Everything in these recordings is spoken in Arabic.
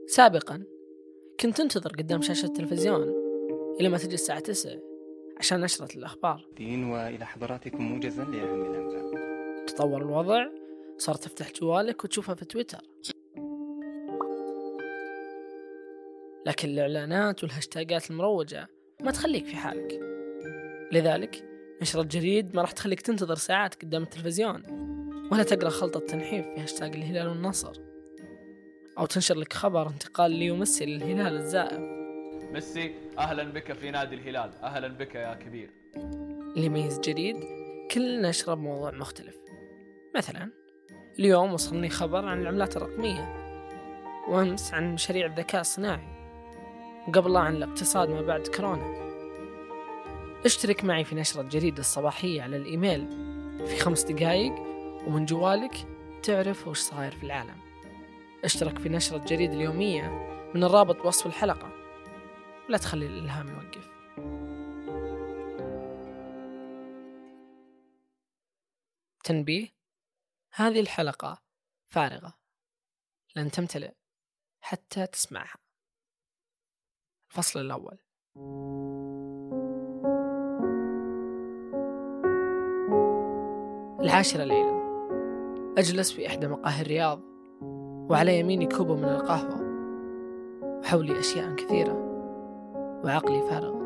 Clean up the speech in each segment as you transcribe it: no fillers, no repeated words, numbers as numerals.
سابقا كنت انتظر قدام شاشة التلفزيون إلى ما تجي الساعة 9 عشان نشرة الأخبار. وإلى حضراتكم موجزا لأهم الأنباء. تطور الوضع، صارت تفتح جوالك وتشوفها في تويتر، لكن الإعلانات والهاشتاجات المروجة ما تخليك في حالك. لذلك نشرة جريد ما راح تخليك تنتظر ساعات قدام التلفزيون، ولا تقرأ خلطة تنحيف في هاشتاج الهلال والنصر، أو تنشر لك خبر انتقال ليو ميسي للهلال الزائف. ميسي أهلا بك في نادي الهلال، أهلا بك يا كبير. اللي يميز جريد كل نشرة بموضوع مختلف. مثلا اليوم وصلني خبر عن العملات الرقمية، وأمس عن مشاريع الذكاء الصناعي، وقبلها عن الاقتصاد ما بعد كورونا. اشترك معي في نشرة جريدة الصباحية على الإيميل في 5 دقائق، ومن جوالك تعرف وش صاير في العالم. اشترك في نشرة جريدة اليومية من الرابط وصف الحلقة، ولا تخلي الإلهام يوقف. تنبيه: هذه الحلقة فارغة، لن تمتلئ حتى تسمعها. الفصل الأول. العاشرة ليلا، أجلس في إحدى مقاهي الرياض، وعلى يميني كوب من القهوة، وحولي أشياء كثيرة، وعقلي فارغ.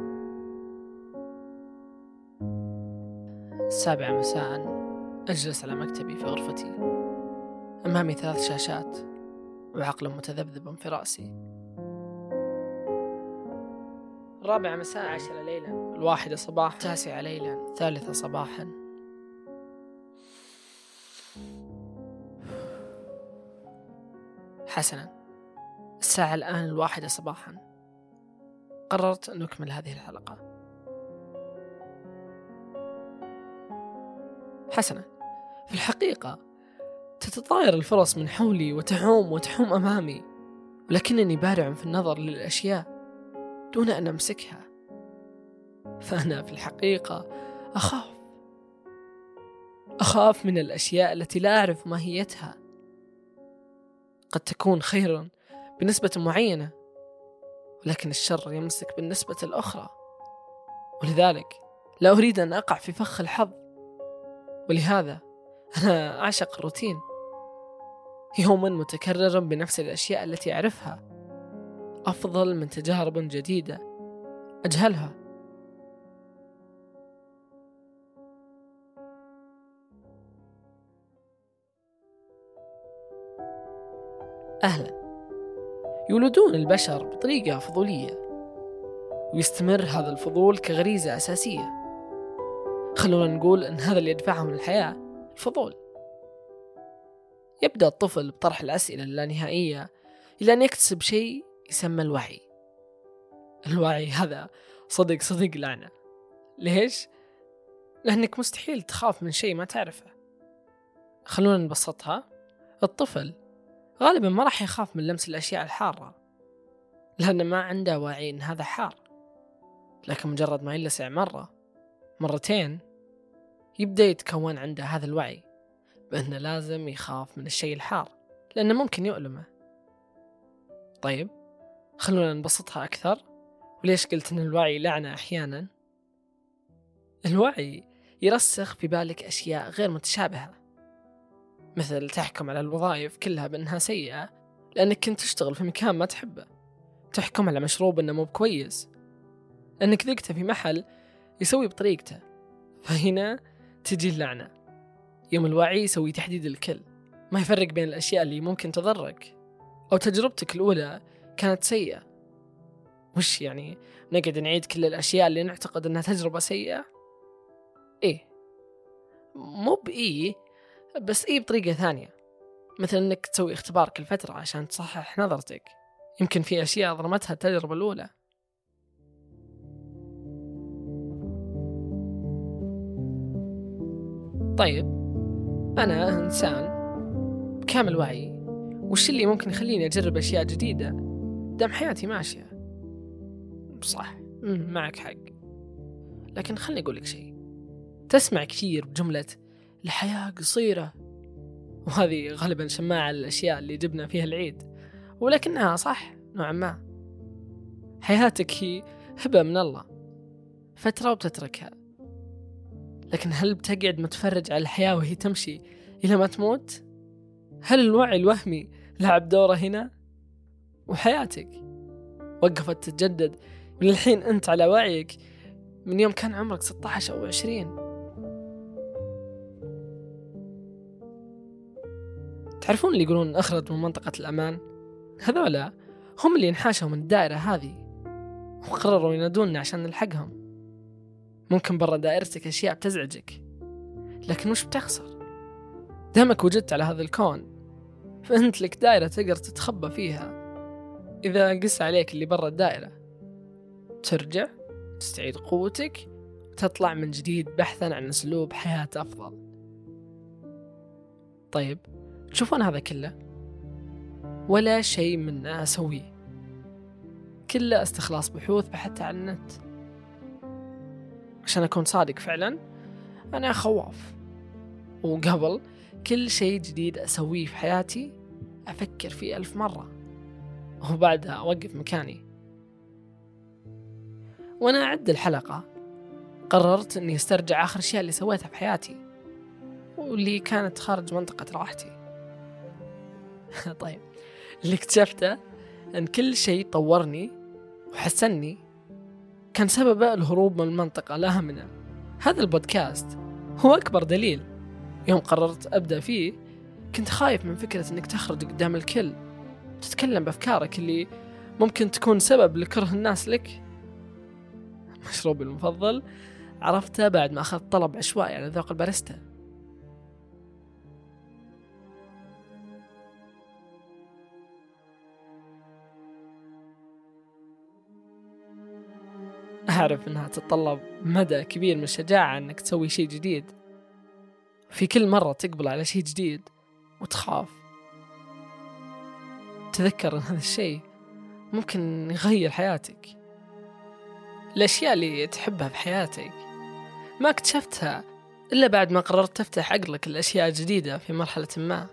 7 مساء، أجلس على مكتبي في غرفتي، أمامي 3 شاشات، وعقل متذبذب في رأسي. 4 مساء، 10 ليلا، 1 صباح، 9 ليلا، 3 صباحا. حسنا، الساعة الآن 1 صباحا. قررت أن نكمل هذه الحلقة. حسنا، في الحقيقة تتطاير الفرص من حولي وتحوم أمامي، ولكنني بارع في النظر للأشياء دون أن أمسكها. فأنا في الحقيقة أخاف من الأشياء التي لا أعرف ماهيتها. قد تكون خيرا بنسبة معينة، ولكن الشر يمسك بالنسبة الأخرى، ولذلك لا أريد أن أقع في فخ الحظ. ولهذا أنا أعشق الروتين، يوما متكررا بنفس الأشياء التي أعرفها أفضل من تجارب جديدة أجهلها. أهلا. يولدون البشر بطريقة فضولية، ويستمر هذا الفضول كغريزة أساسية. خلونا نقول أن هذا اللي يدفعهم للحياة، الفضول. يبدأ الطفل بطرح الأسئلة اللانهائية إلى أن يكتسب شيء يسمى الوعي. الوعي هذا صدق لعنة. ليش؟ لأنك مستحيل تخاف من شيء ما تعرفه. خلونا نبسطها. الطفل غالبا ما راح يخاف من لمس الأشياء الحارة، لأنه ما عنده وعي إن هذا حار. لكن مجرد ما يلسع مرة مرتين، يبدأ يتكون عنده هذا الوعي بأنه لازم يخاف من الشيء الحار، لأنه ممكن يؤلمه. طيب، خلونا نبسطها أكثر. وليش قلت إن الوعي لعنة أحيانا؟ الوعي يرسخ في بالك أشياء غير متشابهة، مثل تحكم على الوظائف كلها بأنها سيئة لأنك كنت تشتغل في مكان ما تحبه، تحكم على مشروب أنه مو كويس لأنك ذقته في محل يسوي بطريقته. فهنا تجي اللعنة. يوم الوعي يسوي تحديد الكل، ما يفرق بين الأشياء اللي ممكن تضرك، أو تجربتك الأولى كانت سيئة. وش يعني نقعد نعيد كل الأشياء اللي نعتقد أنها تجربة سيئة؟ إيه، مو بإيه، بس إيه بطريقة ثانية. مثل أنك تسوي اختبار كل فترة عشان تصحح نظرتك. يمكن في أشياء ظلمتها التجربة الأولى. طيب، أنا إنسان بكامل وعي، وش اللي ممكن يخليني أجرب أشياء جديدة دام حياتي ماشية؟ صح، معك حق. لكن خلني أقول لك شيء. تسمع كثير بجملة الحياة قصيرة، وهذه غالبا شماعة الأشياء اللي جبنا فيها العيد، ولكنها صح نوعا ما. حياتك هي هبة من الله، فترة وبتتركها. لكن هل بتقعد متفرج على الحياة وهي تمشي إلى ما تموت؟ هل الوعي الوهمي لعب دوره هنا؟ وحياتك وقفت تتجدد من الحين أنت على وعيك من يوم كان عمرك 16 أو 20. تعرفون اللي يقولون أخرج من منطقة الأمان؟ هذولا هم اللي انحاشوا من الدائرة هذه وقرروا ينادوننا عشان نلحقهم. ممكن برا دائرتك أشياء بتزعجك، لكن وش بتخسر؟ دامك وجدت على هذا الكون فأنت لك دائرة تقدر تتخبى فيها. إذا قس عليك اللي برا الدائرة ترجع تستعيد قوتك وتطلع من جديد بحثا عن أسلوب حياة أفضل. طيب تشوفون هذا كله؟ ولا شيء منه أسويه، كله استخلاص بحوث بحثت عن النت. عشان أكون صادق فعلا أنا خواف، وقبل كل شيء جديد أسويه في حياتي أفكر فيه 1000 مرة وبعدها أوقف مكاني. وأنا أعد الحلقة قررت أني أسترجع آخر الأشياء اللي سويتها في حياتي واللي كانت خارج منطقة راحتي. طيب اللي اكتشفته أن كل شيء طورني وحسنني كان سببه الهروب من المنطقة الآمنة. هذا البودكاست هو أكبر دليل. يوم قررت أبدأ فيه كنت خايف من فكرة أنك تخرج قدام الكل تتكلم بأفكارك اللي ممكن تكون سبب لكره الناس لك. مشروبي المفضل عرفته بعد ما أخذت طلب عشوائي على ذوق الباريستا. أعرف أنها تتطلب مدى كبير من الشجاعة أنك تسوي شيء جديد، في كل مرة تقبل على شيء جديد وتخاف. تذكر أن هذا الشيء ممكن يغير حياتك. الأشياء اللي تحبها في حياتك ما اكتشفتها إلا بعد ما قررت تفتح عقلك الأشياء الجديدة في مرحلة ما.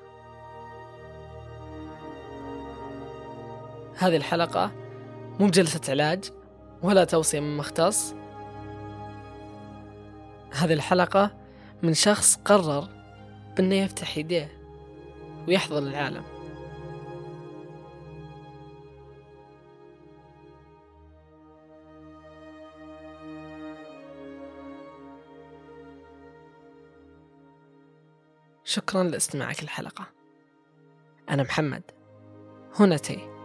هذه الحلقة مو جلسة علاج ولا توصية من مختص. هذه الحلقة من شخص قرر بأنه يفتح يديه ويحضن العالم. شكرا لاستماعك الحلقة. أنا محمد، هنا تي.